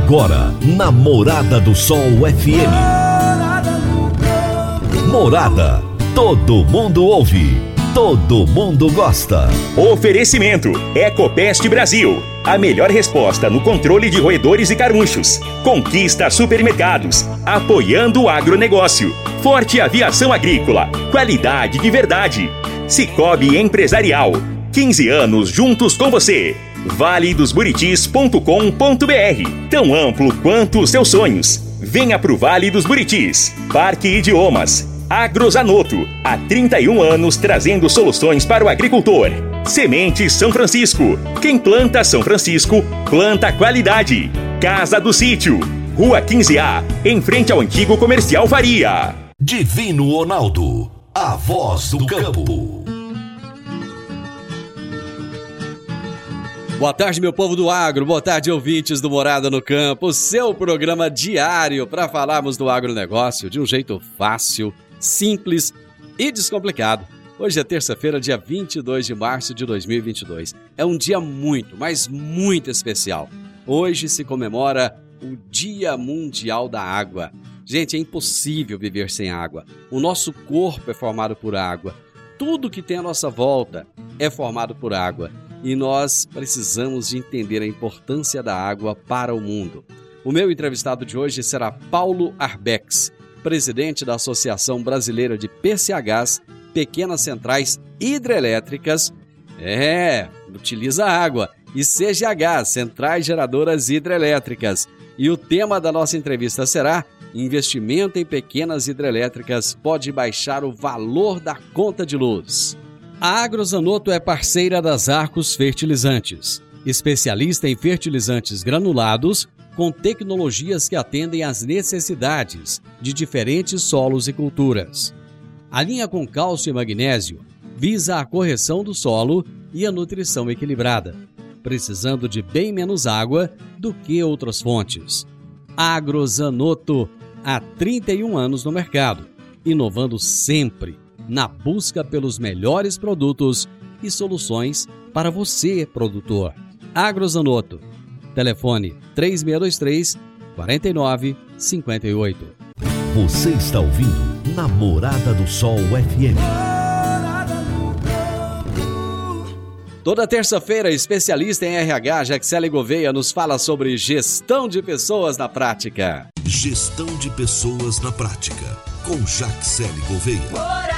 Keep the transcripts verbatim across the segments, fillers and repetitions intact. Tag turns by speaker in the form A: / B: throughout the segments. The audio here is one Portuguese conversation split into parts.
A: Agora, na Morada do Sol F M. Morada, todo mundo ouve, todo mundo gosta.
B: Oferecimento Ecopest Brasil, a melhor resposta no controle de roedores e carunchos. Conquista Supermercados, apoiando o agronegócio. Forte Aviação Agrícola, qualidade de verdade. Cicobi Empresarial, quinze anos juntos com você. vale dos buritis ponto com ponto b r, tão amplo quanto os seus sonhos. Venha pro Vale dos Buritis. Parque Idiomas. Agrozanoto, há trinta e um anos trazendo soluções para o agricultor. Sementes São Francisco. Quem planta São Francisco, planta qualidade. Casa do Sítio, Rua quinze A, em frente ao antigo Comercial Faria.
A: Divino Ronaldo, a voz do campo.
C: Boa tarde, meu povo do agro, boa tarde, ouvintes do Morada no Campo, seu programa diário para falarmos do agronegócio de um jeito fácil, simples e descomplicado. Hoje é terça-feira, dia vinte e dois de março de dois mil e vinte e dois. É um dia muito, mas muito especial. Hoje se comemora o Dia Mundial da Água. Gente, é impossível viver sem água. O nosso corpo é formado por água. Tudo que tem à nossa volta é formado por água. E nós precisamos de entender a importância da água para o mundo. O meu entrevistado de hoje será Paulo Arbex, presidente da Associação Brasileira de P C Hs, Pequenas Centrais Hidrelétricas, é, utiliza água, e C G H, Centrais Geradoras Hidrelétricas. E o tema da nossa entrevista será: investimento em pequenas hidrelétricas pode baixar o valor da conta de luz. A Agrozanoto é parceira das Arcos Fertilizantes, especialista em fertilizantes granulados com tecnologias que atendem às necessidades de diferentes solos e culturas. A linha com cálcio e magnésio visa a correção do solo e a nutrição equilibrada, precisando de bem menos água do que outras fontes. Agrozanoto, há trinta e um anos no mercado, inovando sempre na busca pelos melhores produtos e soluções para você, produtor. Agrozanoto. Telefone três seis dois três, quatro nove cinco oito.
A: Você está ouvindo Namorada do Sol F M.
C: Toda terça-feira, especialista em R H, Jaxele Gouveia, nos fala sobre gestão de pessoas na prática.
A: Gestão de pessoas na prática, com Jaxele Gouveia.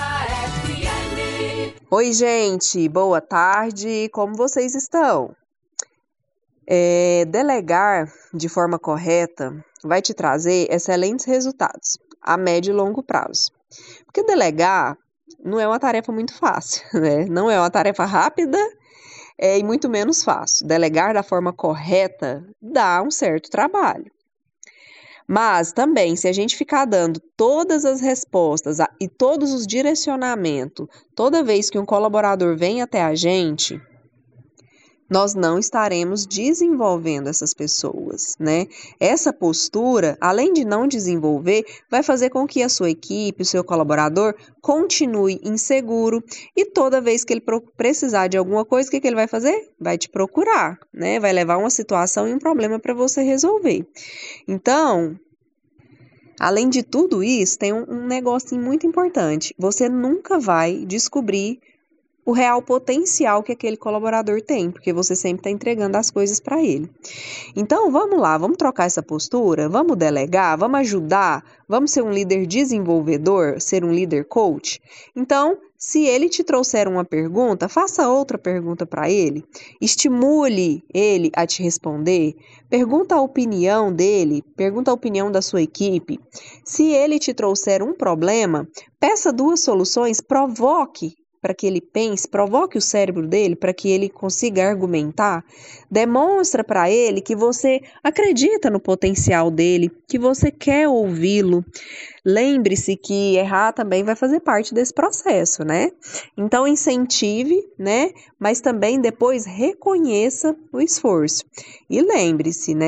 D: Oi, gente, boa tarde, como vocês estão? É, delegar de forma correta vai te trazer excelentes resultados a médio e longo prazo. Porque delegar não é uma tarefa muito fácil, né? Não é uma tarefa rápida é, e muito menos fácil. Delegar da forma correta dá um certo trabalho. Mas também, se a gente ficar dando todas as respostas e todos os direcionamentos toda vez que um colaborador vem até a gente, nós não estaremos desenvolvendo essas pessoas, né? Essa postura, além de não desenvolver, vai fazer com que a sua equipe, o seu colaborador, continue inseguro e toda vez que ele precisar de alguma coisa, o que, que ele vai fazer? Vai te procurar, né? Vai levar uma situação e um problema para você resolver. Então, além de tudo isso, tem um, um negócio muito importante. Você nunca vai descobrir o real potencial que aquele colaborador tem, porque você sempre está entregando as coisas para ele. Então, vamos lá, vamos trocar essa postura, vamos delegar, vamos ajudar, vamos ser um líder desenvolvedor, ser um líder coach. Então, se ele te trouxer uma pergunta, faça outra pergunta para ele, estimule ele a te responder, pergunta a opinião dele, pergunta a opinião da sua equipe. Se ele te trouxer um problema, peça duas soluções, provoque para que ele pense, provoque o cérebro dele para que ele consiga argumentar, demonstra para ele que você acredita no potencial dele, que você quer ouvi-lo. Lembre-se que errar também vai fazer parte desse processo, né? Então incentive, né? Mas também depois reconheça o esforço. E lembre-se, né?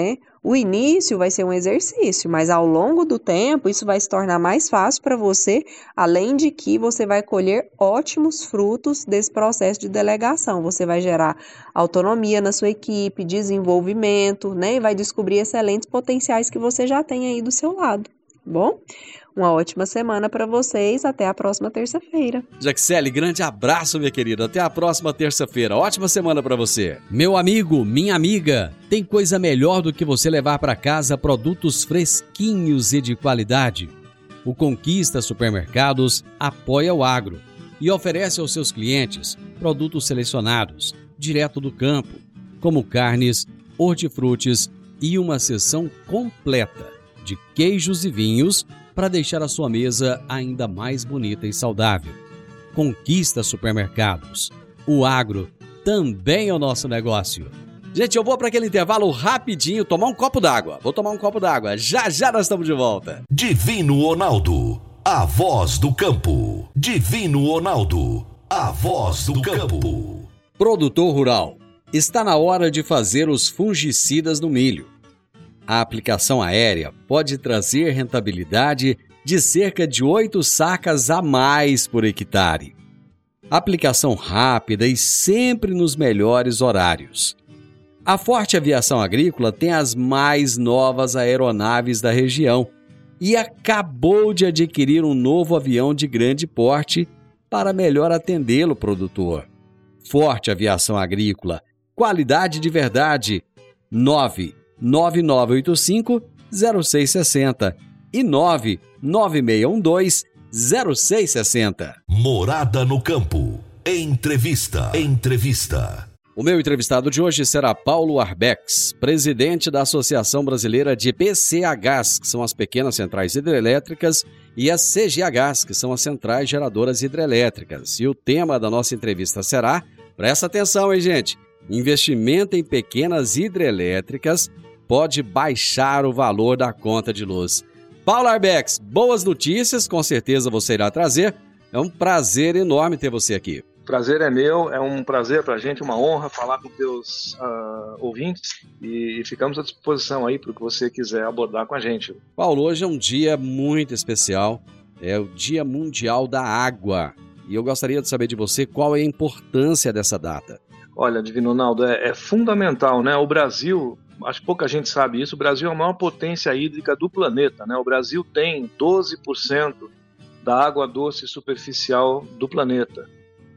D: O início vai ser um exercício, mas ao longo do tempo isso vai se tornar mais fácil para você, além de que você vai colher ótimos frutos desse processo de delegação. Você vai gerar autonomia na sua equipe, desenvolvimento, né? E vai descobrir excelentes potenciais que você já tem aí do seu lado, bom? Uma ótima semana para vocês, até a próxima terça-feira.
C: Jaxele, grande abraço, minha querida, até a próxima terça-feira, ótima semana para você. Meu amigo, minha amiga, tem coisa melhor do que você levar para casa produtos fresquinhos e de qualidade? O Conquista Supermercados apoia o agro e oferece aos seus clientes produtos selecionados, direto do campo, como carnes, hortifrutis e uma seção completa de queijos e vinhos para deixar a sua mesa ainda mais bonita e saudável. Conquista Supermercados. O agro também é o nosso negócio. Gente, eu vou para aquele intervalo rapidinho tomar um copo d'água. Vou tomar um copo d'água. Já, já nós estamos de volta.
A: Divino Ronaldo, a voz do campo. Divino Ronaldo, a voz do campo.
C: Produtor rural, está na hora de fazer os fungicidas no milho. A aplicação aérea pode trazer rentabilidade de cerca de oito sacas a mais por hectare. Aplicação rápida e sempre nos melhores horários. A Forte Aviação Agrícola tem as mais novas aeronaves da região e acabou de adquirir um novo avião de grande porte para melhor atendê-lo, produtor. Forte Aviação Agrícola, qualidade de verdade. nove nove nove oito cinco zero seis seis zero e nove nove seis um dois zero seis seis zero.
A: Morada no Campo. Entrevista. Entrevista.
C: O meu entrevistado de hoje será Paulo Arbex, presidente da Associação Brasileira de P C Hs, que são as pequenas centrais hidrelétricas, e as C G Hs, que são as centrais geradoras hidrelétricas. E o tema da nossa entrevista será, presta atenção, hein, gente, investimento em pequenas hidrelétricas pode baixar o valor da conta de luz. Paulo Arbex, boas notícias, com certeza você irá trazer. É um prazer enorme ter você aqui.
E: Prazer é meu, é um prazer pra gente, uma honra falar com teus uh, ouvintes e ficamos à disposição aí para o que você quiser abordar com a gente.
C: Paulo, hoje é um dia muito especial, é o Dia Mundial da Água e eu gostaria de saber de você qual é a importância dessa data.
E: Olha, Divino Ronaldo, é, é fundamental, né? O Brasil, acho que pouca gente sabe isso, o Brasil é a maior potência hídrica do planeta, né? O Brasil tem doze por cento da água doce superficial do planeta.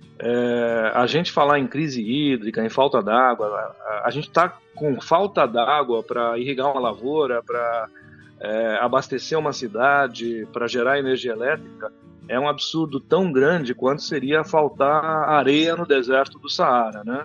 E: É, a gente falar em crise hídrica, em falta d'água, a, a gente está com falta d'água para irrigar uma lavoura, para é, abastecer uma cidade, para gerar energia elétrica, é um absurdo tão grande quanto seria faltar areia no deserto do Saara, né?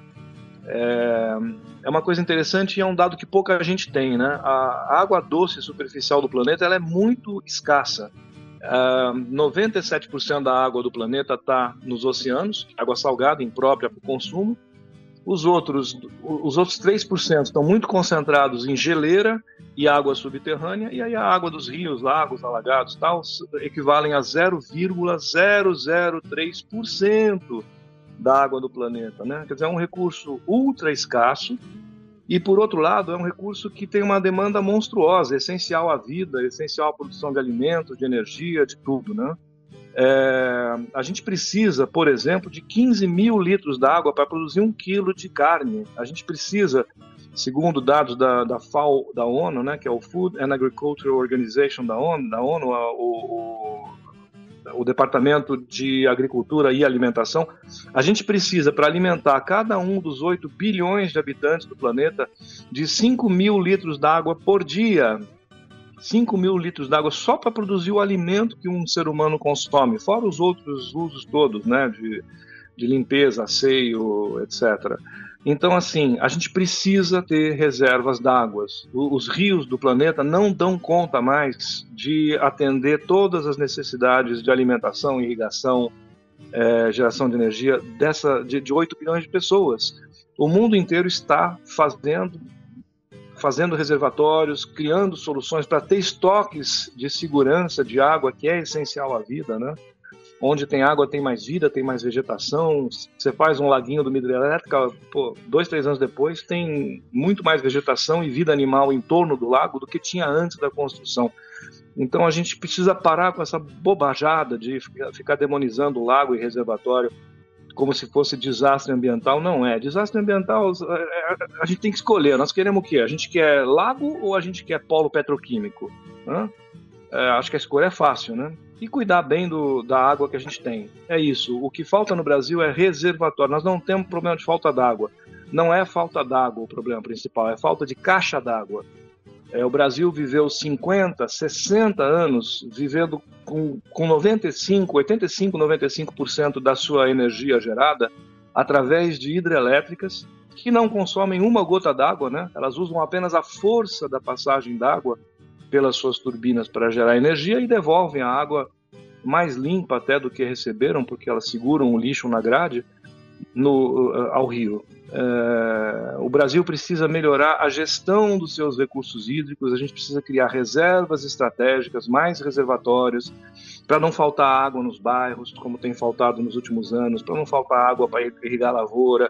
E: É, é uma coisa interessante e é um dado que pouca gente tem, né? A água doce superficial do planeta ela é muito escassa. Uh, noventa e sete por cento da água do planeta está nos oceanos, água salgada, imprópria para o consumo. Os outros, os outros três por cento estão muito concentrados em geleira e água subterrânea, e aí a água dos rios, lagos, alagados tal, equivalem a zero vírgula zero zero três por cento da água do planeta, né? Quer dizer, é um recurso ultra escasso e, por outro lado, é um recurso que tem uma demanda monstruosa, essencial à vida, essencial à produção de alimentos, de energia, de tudo, né? É, a gente precisa, por exemplo, de quinze mil litros d'água para produzir um quilo de carne. A gente precisa, segundo dados da, da F A O, da ONU, né, que é o Food and Agriculture Organization da ONU, da ONU a, o, o, o Departamento de Agricultura e Alimentação, a gente precisa, para alimentar cada um dos oito bilhões de habitantes do planeta, de cinco mil litros d'água por dia. cinco mil litros d'água só para produzir o alimento que um ser humano consome, fora os outros usos todos, né, de, de limpeza, asseio, etcétera. Então, assim, a gente precisa ter reservas d'água. Os rios do planeta não dão conta mais de atender todas as necessidades de alimentação, irrigação, é, geração de energia dessa, de, de oito bilhões de pessoas. O mundo inteiro está fazendo... fazendo reservatórios, criando soluções para ter estoques de segurança de água, que é essencial à vida, né? Onde tem água tem mais vida, tem mais vegetação. Você faz um laguinho de uma hidrelétrica, pô, dois, três anos depois, tem muito mais vegetação e vida animal em torno do lago do que tinha antes da construção. Então a gente precisa parar com essa bobajada de ficar demonizando o lago e reservatório como se fosse desastre ambiental. Não é. Desastre ambiental, a gente tem que escolher. Nós queremos o quê? A gente quer lago ou a gente quer polo petroquímico? Hã? É, acho que a escolha é fácil, né? E cuidar bem do, da água que a gente tem. É isso. O que falta no Brasil é reservatório. Nós não temos problema de falta d'água. Não é falta d'água o problema principal, é falta de caixa d'água. É, o Brasil viveu cinquenta, sessenta anos vivendo com, com noventa e cinco, oitenta e cinco, noventa e cinco por cento da sua energia gerada através de hidrelétricas que não consomem uma gota d'água, né? Elas usam apenas a força da passagem d'água pelas suas turbinas para gerar energia e devolvem a água mais limpa até do que receberam, porque elas seguram o lixo na grade no, ao rio. É, o Brasil precisa melhorar a gestão dos seus recursos hídricos, a gente precisa criar reservas estratégicas, mais reservatórios, para não faltar água nos bairros, como tem faltado nos últimos anos, para não faltar água para irrigar a lavoura.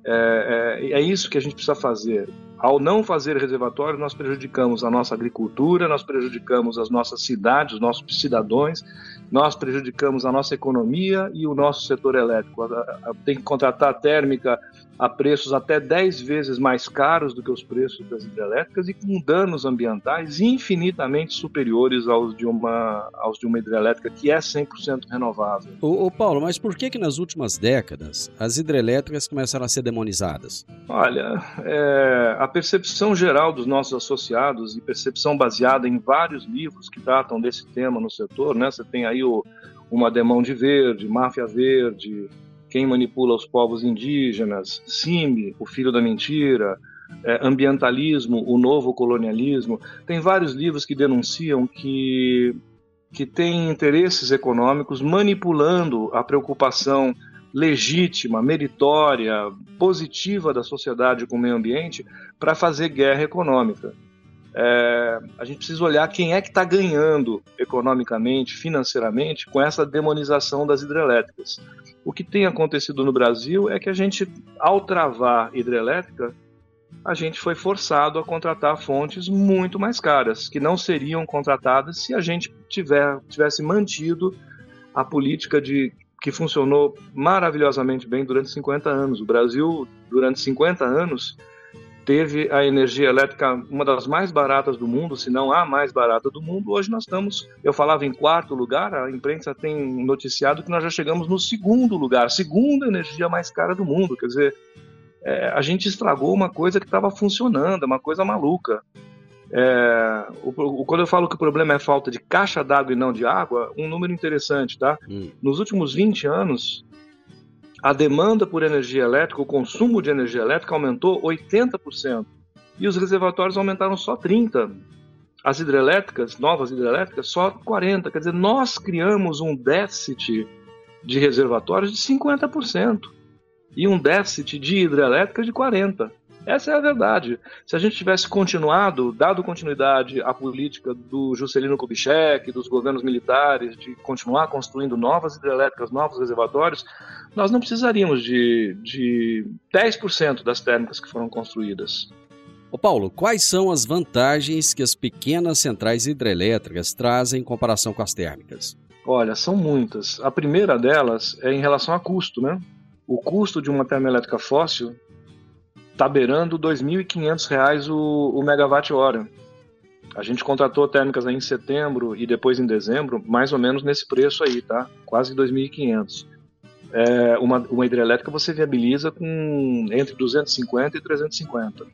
E: É, é, é isso que a gente precisa fazer. Ao não fazer reservatórios, nós prejudicamos a nossa agricultura, nós prejudicamos as nossas cidades, os nossos cidadãos, nós prejudicamos a nossa economia e o nosso setor elétrico. Tem que contratar térmica a preços até dez vezes mais caros do que os preços das hidrelétricas e com danos ambientais infinitamente superiores aos de uma, aos de uma hidrelétrica que é cem por cento renovável.
C: Ô, ô Paulo, mas por que que nas últimas décadas as hidrelétricas começaram a ser demonizadas?
E: Olha, é, a percepção geral dos nossos associados e percepção baseada em vários livros que tratam desse tema no setor, né? Você tem aí o Uma Demão de Verde, Máfia Verde, Quem Manipula os Povos Indígenas, Cime, O Filho da Mentira, é, Ambientalismo, O Novo Colonialismo. Tem vários livros que denunciam que, que tem interesses econômicos manipulando a preocupação legítima, meritória, positiva da sociedade com o meio ambiente para fazer guerra econômica. É, a gente precisa olhar quem é que está ganhando economicamente, financeiramente, com essa demonização das hidrelétricas. O que tem acontecido no Brasil é que a gente, ao travar hidrelétrica, a gente foi forçado a contratar fontes muito mais caras, que não seriam contratadas se a gente tiver, tivesse mantido a política de que funcionou maravilhosamente bem durante cinquenta anos. O Brasil, durante cinquenta anos, teve a energia elétrica uma das mais baratas do mundo, se não a mais barata do mundo. Hoje nós estamos, eu falava em quarto lugar, a imprensa tem noticiado que nós já chegamos no segundo lugar, segunda energia mais cara do mundo. Quer dizer, é, a gente estragou uma coisa que estava funcionando, uma coisa maluca. É, o, o, quando eu falo que o problema é falta de caixa d'água e não de água, um número interessante, tá? Hum. Nos últimos vinte anos, a demanda por energia elétrica, o consumo de energia elétrica aumentou oitenta por cento e os reservatórios aumentaram só trinta por cento. As hidrelétricas, novas hidrelétricas, só quarenta por cento. Quer dizer, nós criamos um déficit de reservatórios de cinquenta por cento e um déficit de hidrelétrica de quarenta por cento. Essa é a verdade. Se a gente tivesse continuado, dado continuidade à política do Juscelino Kubitschek, dos governos militares, de continuar construindo novas hidrelétricas, novos reservatórios, nós não precisaríamos de, de dez por cento das térmicas que foram construídas.
C: Ô Paulo, quais são as vantagens que as pequenas centrais hidrelétricas trazem em comparação com as térmicas?
E: Olha, são muitas. A primeira delas é em relação a custo, né? O custo de uma termoelétrica fóssil está beirando dois mil e quinhentos reais o, o megawatt-hora. A gente contratou térmicas aí em setembro e depois em dezembro, mais ou menos nesse preço aí, tá? Quase dois mil e quinhentos. É, uma, uma hidrelétrica você viabiliza com entre duzentos e cinquenta e trezentos e cinquenta.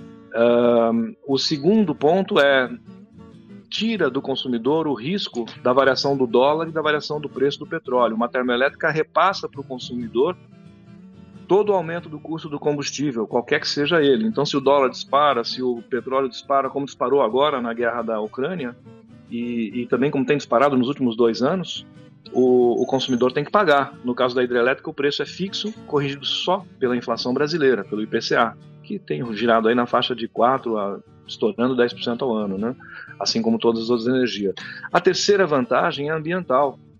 E: Um, o segundo ponto é tira do consumidor o risco da variação do dólar e da variação do preço do petróleo. Uma termoelétrica repassa para o consumidor todo o aumento do custo do combustível, qualquer que seja ele. Então, se o dólar dispara, se o petróleo dispara, como disparou agora na guerra da Ucrânia, e, e também como tem disparado nos últimos dois anos, o, o consumidor tem que pagar. No caso da hidrelétrica, o preço é fixo, corrigido só pela inflação brasileira, pelo I P C A, que tem girado aí na faixa de quatro por cento, a, estourando dez por cento ao ano, né? Assim como todas as outras energias. A terceira vantagem é ambiental.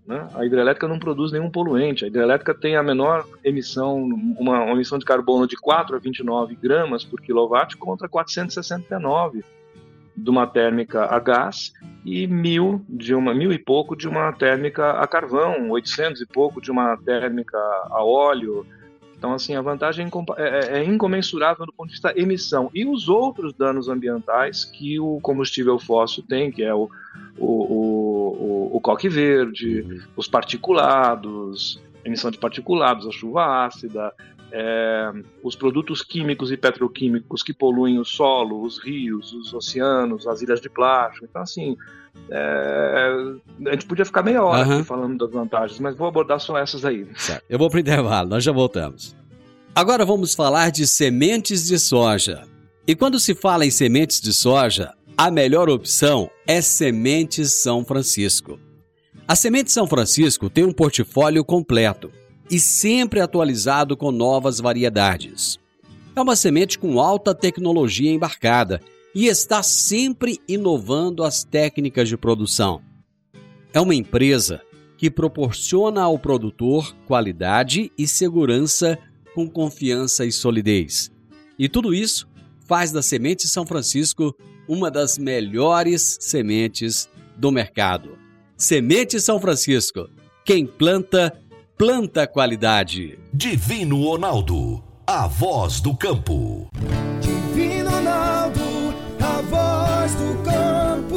E: né? A hidrelétrica não produz nenhum poluente. A hidrelétrica tem a menor emissão, uma, uma emissão de carbono de quatro a vinte e nove gramas por quilowatt contra quatrocentos e sessenta e nove de uma térmica a gás e mil, de uma, mil e pouco de uma térmica a carvão, oitocentos e pouco de uma térmica a óleo. Então, assim, a vantagem é, é incomensurável do ponto de vista emissão. E os outros danos ambientais que o combustível fóssil tem, que é o, o, o, o, o coque verde, uhum. os particulados, emissão de particulados, a chuva ácida, é, os produtos químicos e petroquímicos que poluem o solo, os rios, os oceanos, as ilhas de plástico. Então, assim, é, a gente podia ficar meia hora uhum. aqui falando das vantagens, mas vou abordar só essas aí.
C: Certo. Eu vou para o intervalo, nós já voltamos. Agora vamos falar de sementes de soja. E quando se fala em sementes de soja, a melhor opção é Sementes São Francisco. A Semente São Francisco tem um portfólio completo e sempre atualizado com novas variedades. É uma semente com alta tecnologia embarcada e está sempre inovando as técnicas de produção. É uma empresa que proporciona ao produtor qualidade e segurança com confiança e solidez. E tudo isso faz da Semente São Francisco uma das melhores sementes do mercado. Semente São Francisco. Quem planta, planta qualidade.
A: Divino Ronaldo, a voz do campo.
F: Divino Ronaldo, a voz do campo.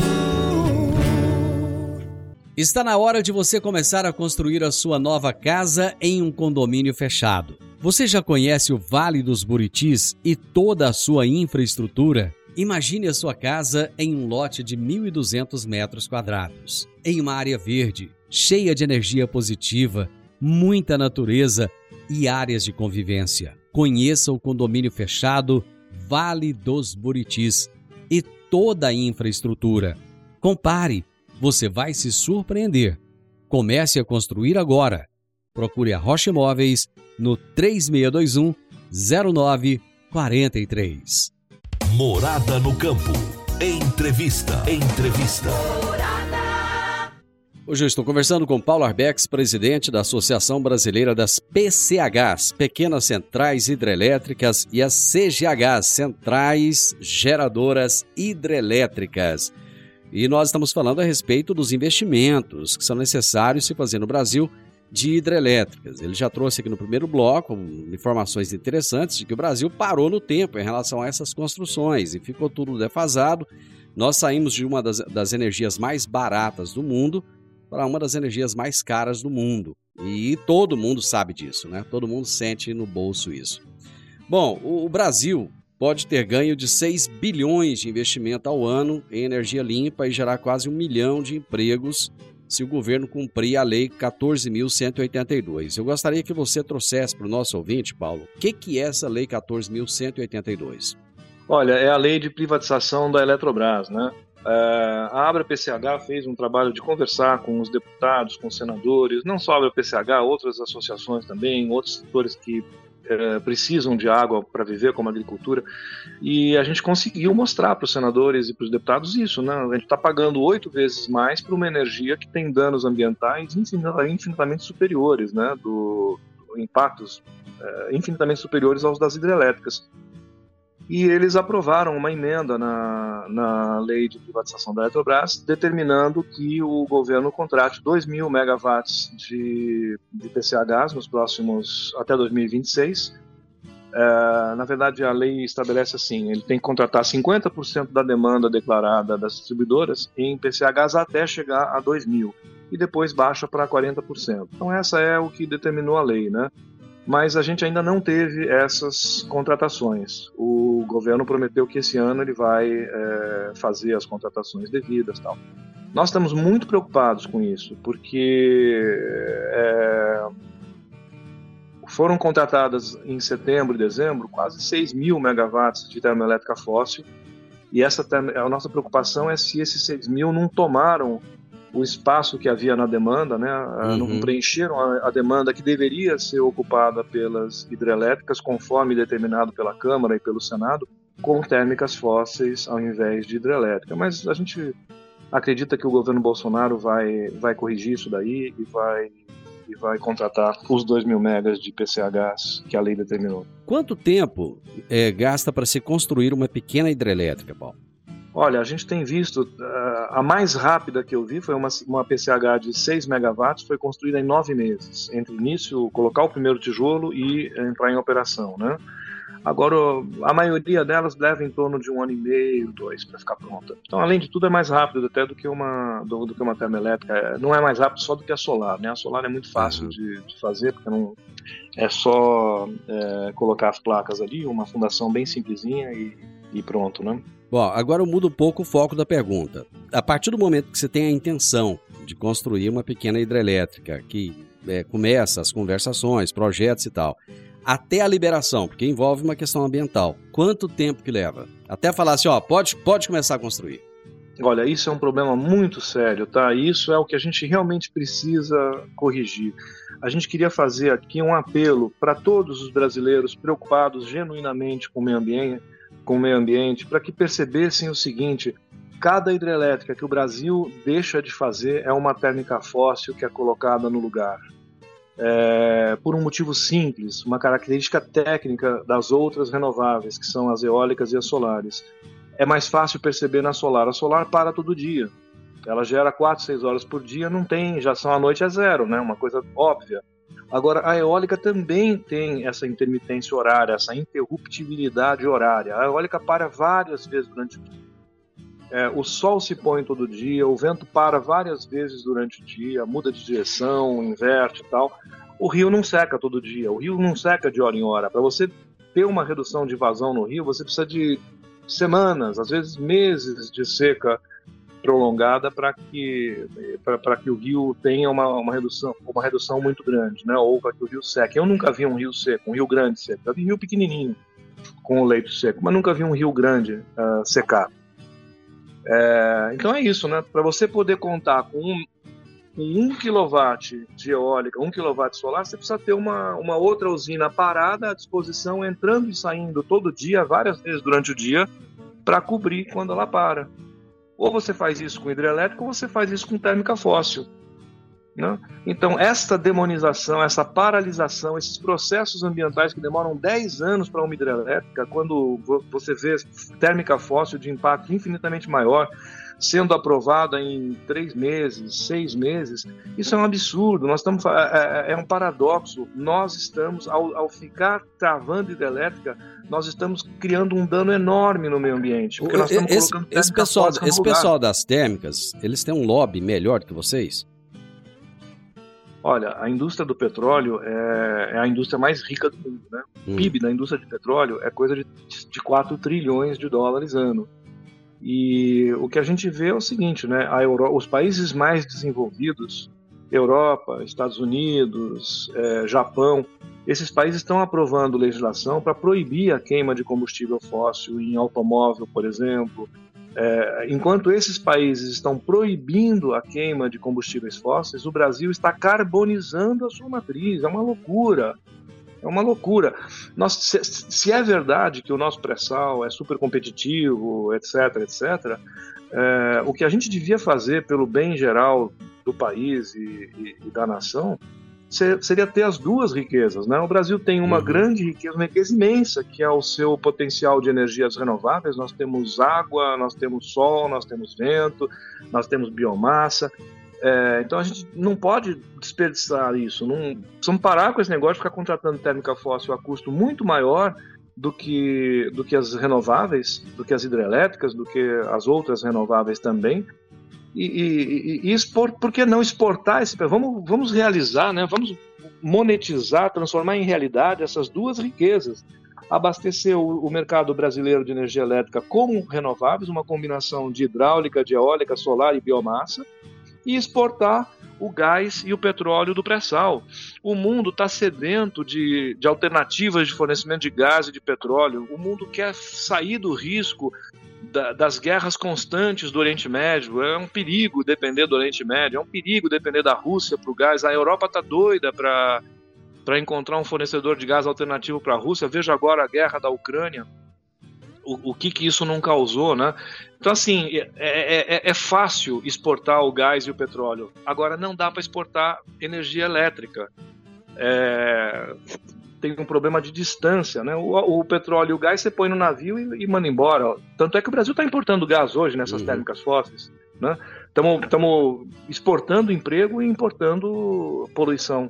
C: Está na hora de você começar a construir a sua nova casa em um condomínio fechado. Você já conhece o Vale dos Buritis e toda a sua infraestrutura? Imagine a sua casa em um lote de mil e duzentos metros quadrados, em uma área verde, cheia de energia positiva, muita natureza e áreas de convivência. Conheça o condomínio fechado Vale dos Buritis e toda a infraestrutura. Compare, você vai se surpreender. Comece a construir agora. Procure a Rocha Imóveis no três seis dois um, zero nove quatro três.
A: Morada no Campo. Entrevista. Entrevista.
C: Hoje eu estou conversando com Paulo Arbex, presidente da Associação Brasileira das P C Hs, Pequenas Centrais Hidrelétricas, e as C G Hs, Centrais Geradoras Hidrelétricas. E nós estamos falando a respeito dos investimentos que são necessários se fazer no Brasil de hidrelétricas. Ele já trouxe aqui no primeiro bloco informações interessantes de que o Brasil parou no tempo em relação a essas construções e ficou tudo defasado. Nós saímos de uma das, das energias mais baratas do mundo para uma das energias mais caras do mundo. E todo mundo sabe disso, né? Todo mundo sente no bolso isso. Bom, o, o Brasil pode ter ganho de seis bilhões de investimento ao ano em energia limpa e gerar quase um milhão de empregos se o governo cumprir a Lei quatorze mil cento e oitenta e dois. Eu gostaria que você trouxesse para o nosso ouvinte, Paulo, o que, que é essa Lei quatorze mil cento e oitenta e dois?
E: Olha, é a lei de privatização da Eletrobras, né? É, a Abra P C H fez um trabalho de conversar com os deputados, com os senadores, não só a Abra P C H, outras associações também, outros setores que é, precisam de água para viver, como a agricultura, e a gente conseguiu mostrar para os senadores e para os deputados isso, né? A gente está pagando oito vezes mais por uma energia que tem danos ambientais infinitamente superiores, né? Do, do impactos é, infinitamente superiores aos das hidrelétricas. E eles aprovaram uma emenda na, na lei de privatização da Eletrobras, determinando que o governo contrate dois mil megawatts de, de P C Hs nos próximos, até dois mil e vinte e seis. É, na verdade, a lei estabelece assim, ele tem que contratar cinquenta por cento da demanda declarada das distribuidoras em P C Hs até chegar a dois mil, e depois baixa para quarenta por cento. Então essa é o que determinou a lei, né? Mas a gente ainda não teve essas contratações. O governo prometeu que esse ano ele vai é, fazer as contratações devidas e tal. Nós estamos muito preocupados com isso, porque é, foram contratadas em setembro e dezembro quase seis mil megawatts de termoelétrica fóssil, e essa, a nossa preocupação é se esses seis mil não tomaram o espaço que havia na demanda, né? Uhum. Não preencheram a, a demanda que deveria ser ocupada pelas hidrelétricas, conforme determinado pela Câmara e pelo Senado, com térmicas fósseis ao invés de hidrelétrica. Mas a gente acredita que o governo Bolsonaro vai, vai corrigir isso daí e vai, e vai contratar os dois mil megas de P C Hs que a lei determinou.
C: Quanto tempo é, gasta para se construir uma pequena hidrelétrica, Paulo?
E: Olha, a gente tem visto, uh, a mais rápida que eu vi foi uma, uma P C H de seis megawatts, foi construída em nove meses, entre o início, colocar o primeiro tijolo e entrar em operação, né? Agora, a maioria delas leva em torno de um ano e meio, dois, para ficar pronta. Então, além de tudo, é mais rápido até do que uma, do, do que uma termoelétrica. Não é mais rápido só do que a solar, né? A solar é muito fácil uhum. de, de fazer, porque não, é só é, colocar as placas ali, uma fundação bem simplesinha e, e pronto, né?
C: Bom, agora eu mudo um pouco o foco da pergunta. A partir do momento que você tem a intenção de construir uma pequena hidrelétrica, que é, começa as conversações, projetos e tal, até a liberação, porque envolve uma questão ambiental, quanto tempo que leva? Até falar assim, ó, pode, pode começar a construir.
E: Olha, isso é um problema muito sério, tá? Isso é o que a gente realmente precisa corrigir. A gente queria fazer aqui um apelo para todos os brasileiros preocupados genuinamente com o meio ambiente, com o meio ambiente, para que percebessem o seguinte: cada hidrelétrica que o Brasil deixa de fazer é uma térmica fóssil que é colocada no lugar. É, por um motivo simples, uma característica técnica das outras renováveis, que são as eólicas e as solares. É mais fácil perceber na solar. A solar para todo dia. Ela gera quatro, seis horas por dia, não tem, já são a noite é zero, né? Uma coisa óbvia. Agora, a eólica também tem essa intermitência horária, essa interruptibilidade horária. A eólica para várias vezes durante o dia. É, o sol se põe todo dia, o vento para várias vezes durante o dia, muda de direção, inverte e tal. O rio não seca todo dia, o rio não seca de hora em hora. Para você ter uma redução de vazão no rio, você precisa de semanas, às vezes meses de seca prolongada para que, para que o rio tenha uma, uma, redução, uma redução muito grande, né? Ou para que o rio seque. Eu nunca vi um rio seco, um rio grande seco. Eu vi rio pequenininho com o leito seco, mas nunca vi um rio grande uh, secar. É, então é isso, né? Para você poder contar com um, com um quilowatt de eólica, um quilowatt de solar, você precisa ter uma, uma outra usina parada à disposição, entrando e saindo todo dia, várias vezes durante o dia, para cobrir quando ela para. Ou você faz isso com hidrelétrica, ou você faz isso com térmica fóssil, né? Então, essa demonização, essa paralisação, esses processos ambientais que demoram dez anos para uma hidrelétrica, quando você vê térmica fóssil de impacto infinitamente maior, sendo aprovada em três meses, seis meses, isso é um absurdo. Nós estamos, é, é um paradoxo. Nós estamos, ao, ao ficar travando hidrelétrica, nós estamos criando um dano enorme no meio ambiente. Porque nós estamos
C: esse,
E: colocando
C: esse pessoal, esse pessoal das térmicas, eles têm um lobby melhor que vocês?
E: Olha, a indústria do petróleo é, é a indústria mais rica do mundo, né? O hum. P I B da indústria de petróleo é coisa de, de quatro trilhões de dólares ano. E o que a gente vê é o seguinte, né? A Euro... Os países mais desenvolvidos, Europa, Estados Unidos, é, Japão, esses países estão aprovando legislação para proibir a queima de combustível fóssil em automóvel, por exemplo. É, enquanto esses países estão proibindo a queima de combustíveis fósseis, o Brasil está carbonizando a sua matriz. É uma loucura. É uma loucura. Nós, se, se é verdade que o nosso pré-sal é super competitivo, etc, etcétera, é, o que a gente devia fazer pelo bem geral do país e, e, e da nação seria ter as duas riquezas, né? O Brasil tem uma uhum. grande riqueza, uma riqueza imensa, que é o seu potencial de energias renováveis. Nós temos água, nós temos sol, nós temos vento, nós temos biomassa. É, então a gente não pode desperdiçar isso. Não, precisamos parar com esse negócio de ficar contratando térmica fóssil a custo muito maior do que, do que as renováveis, do que as hidrelétricas, do que as outras renováveis também. E, e, e expor, por que não exportar esse... Vamos, vamos realizar, né? Vamos monetizar, transformar em realidade essas duas riquezas. Abastecer o, o mercado brasileiro de energia elétrica com renováveis, uma combinação de hidráulica, de eólica, solar e biomassa, e exportar o gás e o petróleo do pré-sal. O mundo está sedento de, de alternativas de fornecimento de gás e de petróleo. O mundo quer sair do risco da, das guerras constantes do Oriente Médio. É um perigo depender do Oriente Médio, é um perigo depender da Rússia para o gás. A Europa está doida para para encontrar um fornecedor de gás alternativo para a Rússia. Veja agora a guerra da Ucrânia. o, o que, que isso não causou, né? Então, assim, é, é, é fácil exportar o gás e o petróleo. Agora, não dá para exportar energia elétrica. É, tem um problema de distância, né? O, o petróleo e o gás você põe no navio e, e manda embora. Tanto é que o Brasil está importando gás hoje nessas uhum. térmicas fósseis, né? Estamos exportando emprego e importando poluição.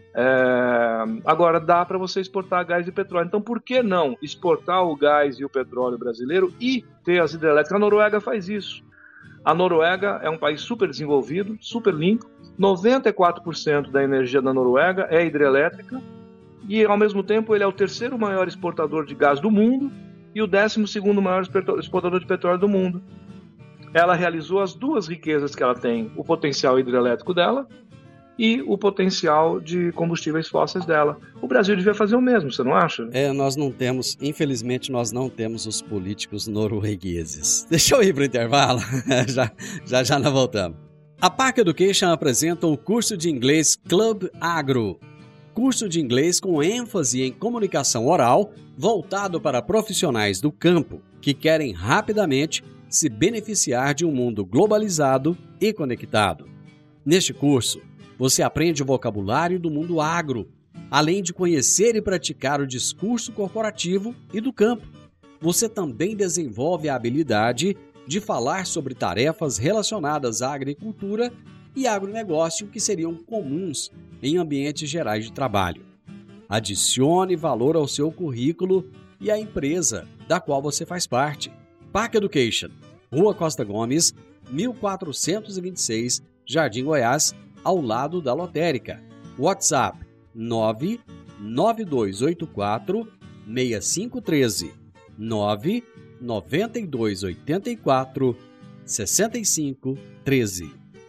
E: É, agora, dá para você exportar gás e petróleo. Então, por que não exportar o gás e o petróleo brasileiro e ter as hidrelétricas? A Noruega faz isso. A Noruega é um país super desenvolvido, super limpo. noventa e quatro por cento da energia da Noruega é hidrelétrica e, ao mesmo tempo, ele é o terceiro maior exportador de gás do mundo e o décimo segundo maior exportador de petróleo do mundo. Ela realizou as duas riquezas que ela tem, o potencial hidrelétrico dela e o potencial de combustíveis fósseis dela. O Brasil devia fazer o mesmo, você não acha?
C: É, nós não temos, infelizmente, nós não temos os políticos noruegueses. Deixa eu ir para o intervalo, já, já já nós voltamos. A Park Education apresenta o curso de inglês Club Agro. Curso de inglês com ênfase em comunicação oral, voltado para profissionais do campo que querem rapidamente se beneficiar de um mundo globalizado e conectado. Neste curso, você aprende o vocabulário do mundo agro, além de conhecer e praticar o discurso corporativo e do campo. Você também desenvolve a habilidade de falar sobre tarefas relacionadas à agricultura e agronegócio que seriam comuns em ambientes gerais de trabalho. Adicione valor ao seu currículo e à empresa da qual você faz parte. Park Education, Rua Costa Gomes, mil quatrocentos e vinte e seis, Jardim Goiás, ao lado da lotérica. WhatsApp nove nove dois oito quatro seis cinco um três, nove nove dois oito quatro seis cinco um três.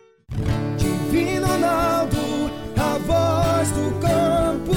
F: Divino Ronaldo, a voz do campo.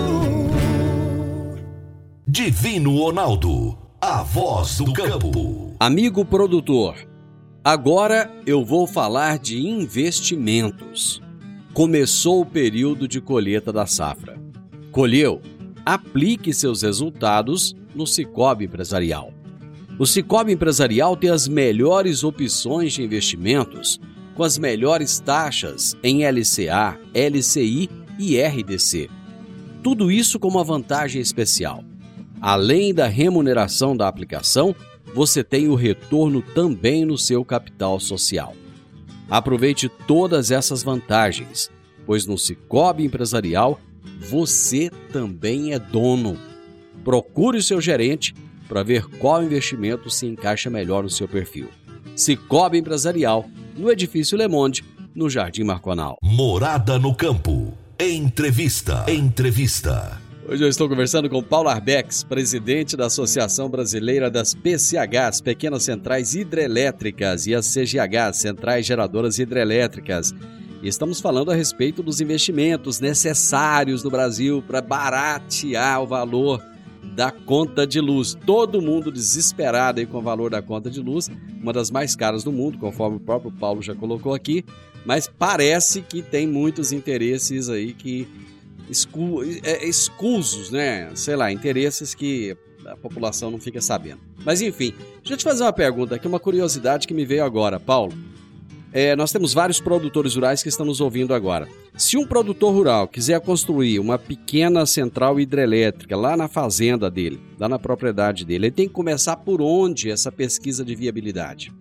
A: Divino Ronaldo, a voz do campo.
C: Amigo produtor, agora eu vou falar de investimentos. Começou o período de colheita da safra. Colheu? Aplique seus resultados no Sicoob Empresarial. O Sicoob Empresarial tem as melhores opções de investimentos com as melhores taxas em L C A, L C I e R D C. Tudo isso com uma vantagem especial. Além da remuneração da aplicação, você tem o retorno também no seu capital social. Aproveite todas essas vantagens, pois no Sicoob Empresarial você também é dono. Procure o seu gerente para ver qual investimento se encaixa melhor no seu perfil. Sicoob Empresarial, no Edifício Le Monde, no Jardim Marconal.
A: Morada no Campo. Entrevista. Entrevista.
C: Hoje eu estou conversando com Paulo Arbex, presidente da Associação Brasileira das P C Hs, Pequenas Centrais Hidrelétricas, e as C G Hs, Centrais Geradoras Hidrelétricas. E estamos falando a respeito dos investimentos necessários no Brasil para baratear o valor da conta de luz. Todo mundo desesperado aí com o valor da conta de luz, uma das mais caras do mundo, conforme o próprio Paulo já colocou aqui, mas parece que tem muitos interesses aí que Escu... É, escusos, né? Sei lá, interesses que a população não fica sabendo. Mas enfim, deixa eu te fazer uma pergunta aqui, uma curiosidade que me veio agora, Paulo. É, nós temos vários produtores rurais que estão nos ouvindo agora. Se um produtor rural quiser construir uma pequena central hidrelétrica lá na fazenda dele, lá na propriedade dele, ele tem que começar por onde essa pesquisa de viabilidade?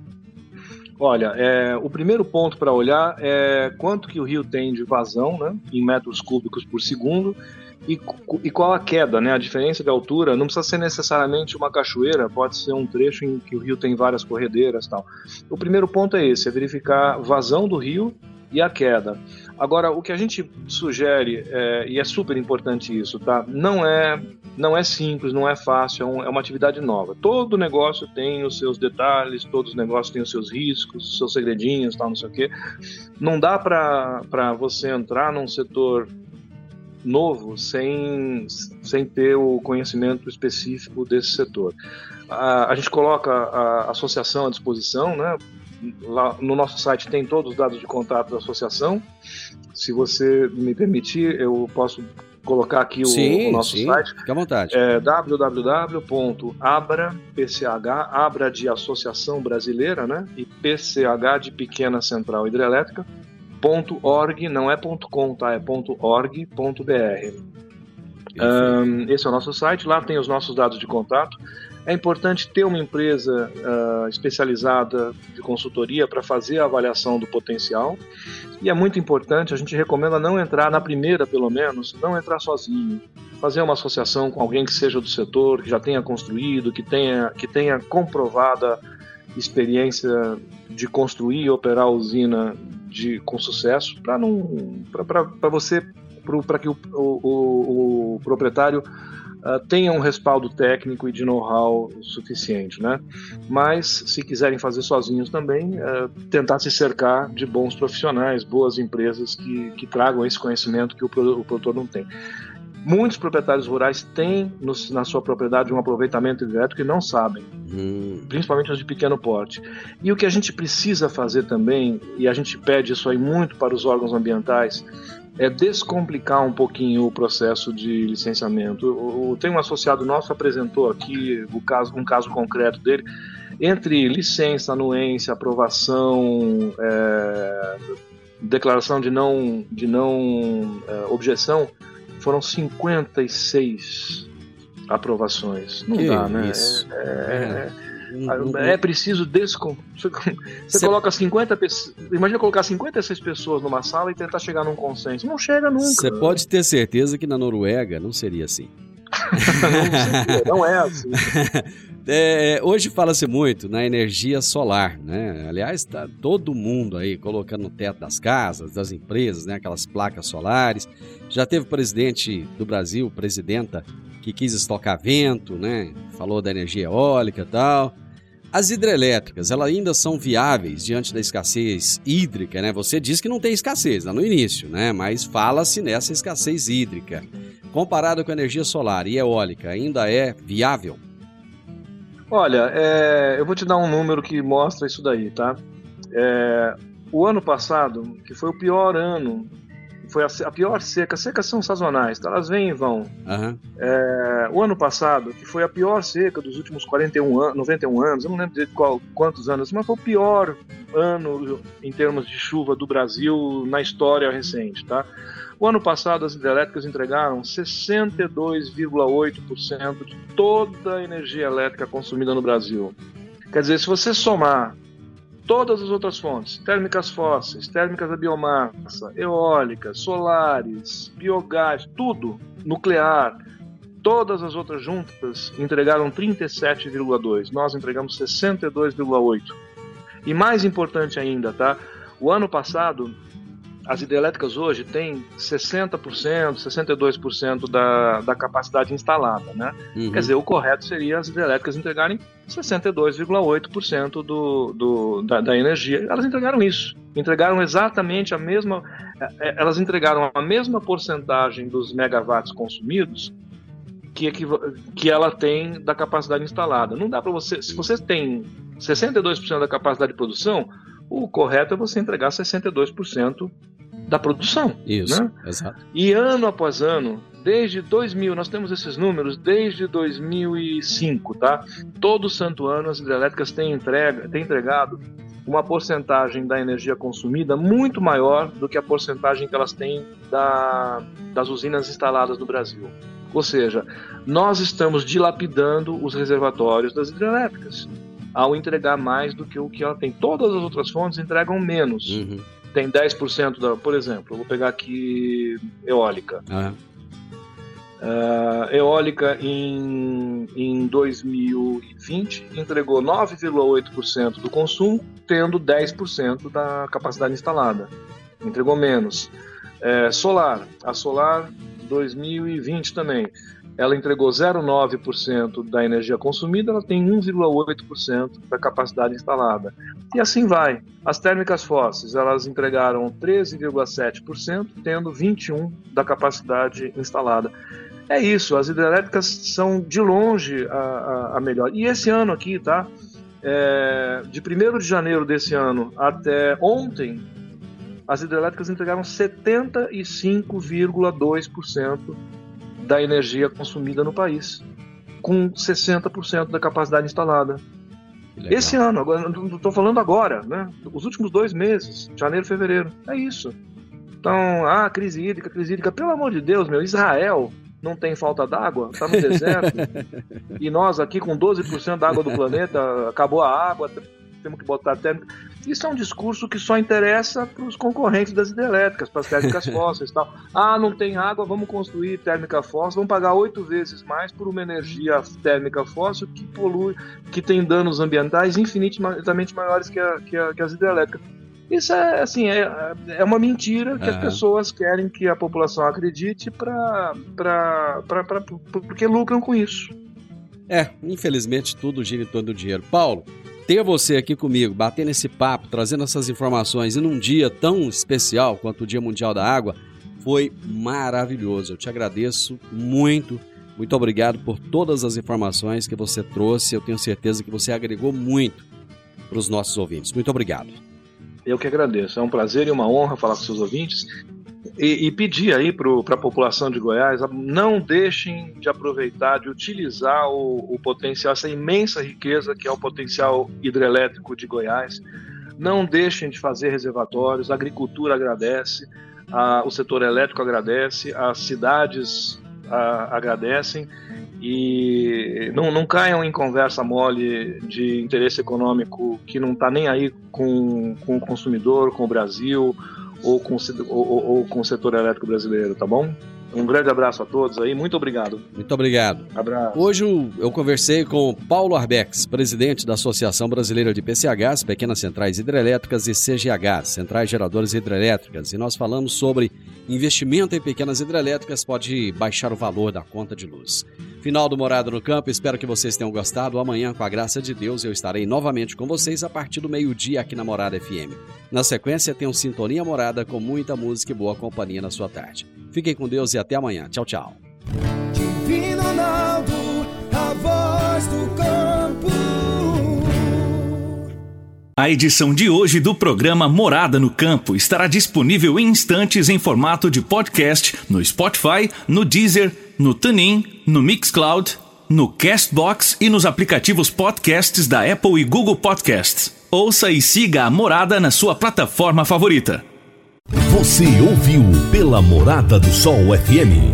E: Olha, é, o primeiro ponto para olhar é quanto que o rio tem de vazão, né, em metros cúbicos por segundo, e, e qual a queda, né, a diferença de altura. Não precisa ser necessariamente uma cachoeira, pode ser um trecho em que o rio tem várias corredeiras e tal. O primeiro ponto é esse, é verificar vazão do rio e a queda. Agora, o que a gente sugere, é, e é super importante isso, tá? Não é, não é simples, não é fácil, é, um, é uma atividade nova. Todo negócio tem os seus detalhes, todos os negócios têm os seus riscos, os seus segredinhos, tal, não sei o quê. Não dá para você entrar num setor novo sem, sem ter o conhecimento específico desse setor. A, a gente coloca a associação à disposição, né? Lá no nosso site tem todos os dados de contato da associação. Se você me permitir, eu posso colocar aqui o,
C: sim,
E: o nosso
C: sim,
E: site.
C: Fica à vontade.
E: É w w w ponto abra, P C H, Abra de Associação Brasileira, né? E P C H de Pequena Central Hidrelétrica, ponto org, não é ponto .com, tá? É ponto org ponto b r. Um, esse é o nosso site, lá tem os nossos dados de contato. É importante ter uma empresa uh, especializada de consultoria para fazer a avaliação do potencial. E é muito importante, a gente recomenda não entrar, na primeira pelo menos, não entrar sozinho. Fazer uma associação com alguém que seja do setor, que já tenha construído, que tenha, que tenha comprovada experiência de construir e operar a usina de, com sucesso, para não, para você, para que o, o, o proprietário Uh, tenha um respaldo técnico e de know-how suficiente, né? Mas, se quiserem fazer sozinhos também, uh, tentar se cercar de bons profissionais, boas empresas que, que tragam esse conhecimento que o, o produtor não tem. Muitos proprietários rurais têm no, na sua propriedade um aproveitamento hidrelétrico e não sabem, hum. principalmente os de pequeno porte. E o que a gente precisa fazer também, e a gente pede isso aí muito para os órgãos ambientais, é descomplicar um pouquinho o processo de licenciamento. O, o, tem um associado nosso apresentou aqui o caso, um caso concreto dele, entre licença, anuência, aprovação, é, declaração de não, de não é, objeção, foram cinquenta e seis aprovações. Não
C: que
E: dá, né?
C: Isso.
E: É, é, é, é preciso descomplicar. Você Cê... coloca cinquenta pessoas. Imagina colocar cinquenta e seis pessoas numa sala e tentar chegar num consenso. Não chega nunca.
C: Você pode ter certeza que na Noruega não seria assim.
E: não, não é assim.
C: É, hoje fala-se muito na energia solar, né? Aliás, está todo mundo aí colocando no teto das casas, das empresas, né? Aquelas placas solares. Já teve presidente do Brasil, presidenta, que quis estocar vento, né? Falou da energia eólica e tal. As hidrelétricas, elas ainda são viáveis diante da escassez hídrica, né? Você diz que não tem escassez lá no início, né? Mas fala-se nessa escassez hídrica. Comparado com a energia solar e eólica, ainda é viável?
E: Olha, é, eu vou te dar um número que mostra isso daí, tá? É, o ano passado, que foi o pior ano, foi a, a pior seca, secas são sazonais, tá? Elas vêm e vão.
C: Uhum.
E: É, o ano passado, que foi a pior seca dos últimos quarenta e um anos, noventa e um anos, eu não lembro de qual, quantos anos, mas foi o pior ano em termos de chuva do Brasil na história recente, tá? O ano passado, as hidrelétricas entregaram sessenta e dois vírgula oito por cento de toda a energia elétrica consumida no Brasil. Quer dizer, se você somar todas as outras fontes, térmicas fósseis, térmicas da biomassa, eólicas, solares, biogás, tudo, nuclear, todas as outras juntas entregaram trinta e sete vírgula dois por cento. Nós entregamos sessenta e dois vírgula oito por cento. E mais importante ainda, tá? O ano passado, as hidrelétricas hoje têm sessenta por cento, sessenta e dois por cento da, da capacidade instalada, né? Uhum. Quer dizer, o correto seria as hidrelétricas entregarem sessenta e dois vírgula oito por cento do, do, da, da energia. Elas entregaram isso. Entregaram exatamente a mesma... Elas entregaram a mesma porcentagem dos megawatts consumidos que, que ela tem da capacidade instalada. Não dá para você... Se você tem sessenta e dois por cento da capacidade de produção, o correto é você entregar sessenta e dois por cento da produção.
C: Isso,
E: né?
C: Exato.
E: E ano após ano, desde dois mil, nós temos esses números desde dois mil e cinco, tá? Todo santo ano as hidrelétricas têm, entrega, têm entregado uma porcentagem da energia consumida muito maior do que a porcentagem que elas têm da, das usinas instaladas no Brasil. Ou seja, nós estamos dilapidando os reservatórios das hidrelétricas ao entregar mais do que o que ela tem. Todas as outras fontes entregam menos.
C: Uhum. Tem
E: dez por cento, da, por exemplo, eu vou pegar aqui eólica.
C: Uhum.
E: Uh, eólica em, em dois mil e vinte entregou nove vírgula oito por cento do consumo, tendo dez por cento da capacidade instalada. Entregou menos. É, solar, a Solar dois mil e vinte também, ela entregou zero vírgula nove por cento da energia consumida, ela tem um vírgula oito por cento da capacidade instalada. E assim vai. As térmicas fósseis, elas entregaram treze vírgula sete por cento, tendo vinte e um por cento da capacidade instalada. É isso, as hidrelétricas são de longe a, a, a melhor. E esse ano aqui, tá? É, de primeiro de janeiro desse ano até ontem, as hidrelétricas entregaram setenta e cinco vírgula dois por cento da energia consumida no país, com sessenta por cento da capacidade instalada.
C: Legal.
E: Esse ano, agora, não estou falando agora, né? Os últimos dois meses, janeiro e fevereiro, é isso. Então, ah, crise hídrica, crise hídrica, pelo amor de Deus, meu, Israel não tem falta d'água, está no deserto, e nós aqui com doze por cento da água do planeta, acabou a água, temos que botar térmica. Isso é um discurso que só interessa para os concorrentes das hidrelétricas, para as térmicas fósseis e tal. Ah, não tem água, vamos construir térmica fóssil, vamos pagar oito vezes mais por uma energia térmica fóssil que polui, que tem danos ambientais infinitamente maiores que, a, que, a, que as hidrelétricas. Isso é, assim, é, é uma mentira que uhum. as pessoas querem que a população acredite pra, pra, pra, pra, porque lucram com isso.
C: É, infelizmente tudo gira em torno do dinheiro. Paulo, ter você aqui comigo, batendo esse papo, trazendo essas informações e num dia tão especial quanto o Dia Mundial da Água, foi maravilhoso. Eu te agradeço muito, muito obrigado por todas as informações que você trouxe. Eu tenho certeza que você agregou muito para os nossos ouvintes. Muito obrigado.
E: Eu que agradeço. É um prazer e uma honra falar com seus ouvintes e, e pedir aí para a população de Goiás, não deixem de aproveitar, de utilizar o, o potencial, essa imensa riqueza que é o potencial hidrelétrico de Goiás. Não deixem de fazer reservatórios, a agricultura agradece, a, o setor elétrico agradece, as cidades a, agradecem. E não, não caiam em conversa mole de interesse econômico que não está nem aí com, com o consumidor, com o Brasil ou com, ou, ou com o setor elétrico brasileiro, tá bom? Um grande abraço a todos aí, muito obrigado.
C: Muito obrigado.
E: Abraço.
C: Hoje eu conversei com Paulo Arbex, presidente da Associação Brasileira de P C Hs, Pequenas Centrais Hidrelétricas, e C G Hs, Centrais Geradoras Hidrelétricas, e nós falamos sobre investimento em pequenas hidrelétricas pode baixar o valor da conta de luz. Final do Morada no Campo, espero que vocês tenham gostado. Amanhã, com a graça de Deus, eu estarei novamente com vocês a partir do meio-dia aqui na Morada F M. Na sequência, tem um Sintonia Morada com muita música e boa companhia na sua tarde. Fiquem com Deus e até amanhã. Tchau, tchau.
F: Divino Ronaldo, a voz do campo.
B: A edição de hoje do programa Morada no Campo estará disponível em instantes em formato de podcast no Spotify, no Deezer, no TuneIn, no Mixcloud, no Castbox e nos aplicativos podcasts da Apple e Google Podcasts. Ouça e siga a Morada na sua plataforma favorita.
A: Você ouviu pela Morada do Sol F M.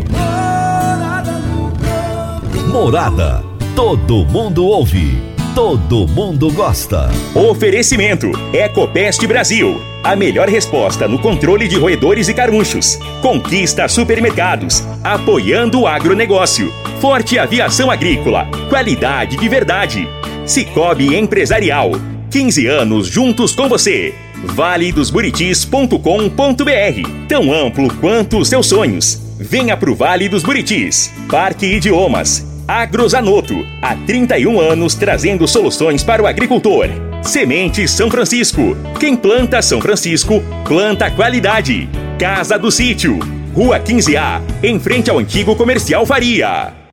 A: Morada. Todo mundo ouve. Todo mundo gosta.
B: Oferecimento Ecopest Brasil. A melhor resposta no controle de roedores e carunchos. Conquista Supermercados. Apoiando o agronegócio. Forte Aviação Agrícola. Qualidade de verdade. Cicobi Empresarial. quinze anos juntos com você. vale dos buritis ponto com ponto b r. Tão amplo quanto os seus sonhos. Venha pro Vale dos Buritis. Parque Idiomas. Agrozanoto. Há trinta e um anos trazendo soluções para o agricultor. Semente São Francisco. Quem planta São Francisco, planta qualidade. Casa do Sítio. Rua quinze A, em frente ao antigo Comercial Faria.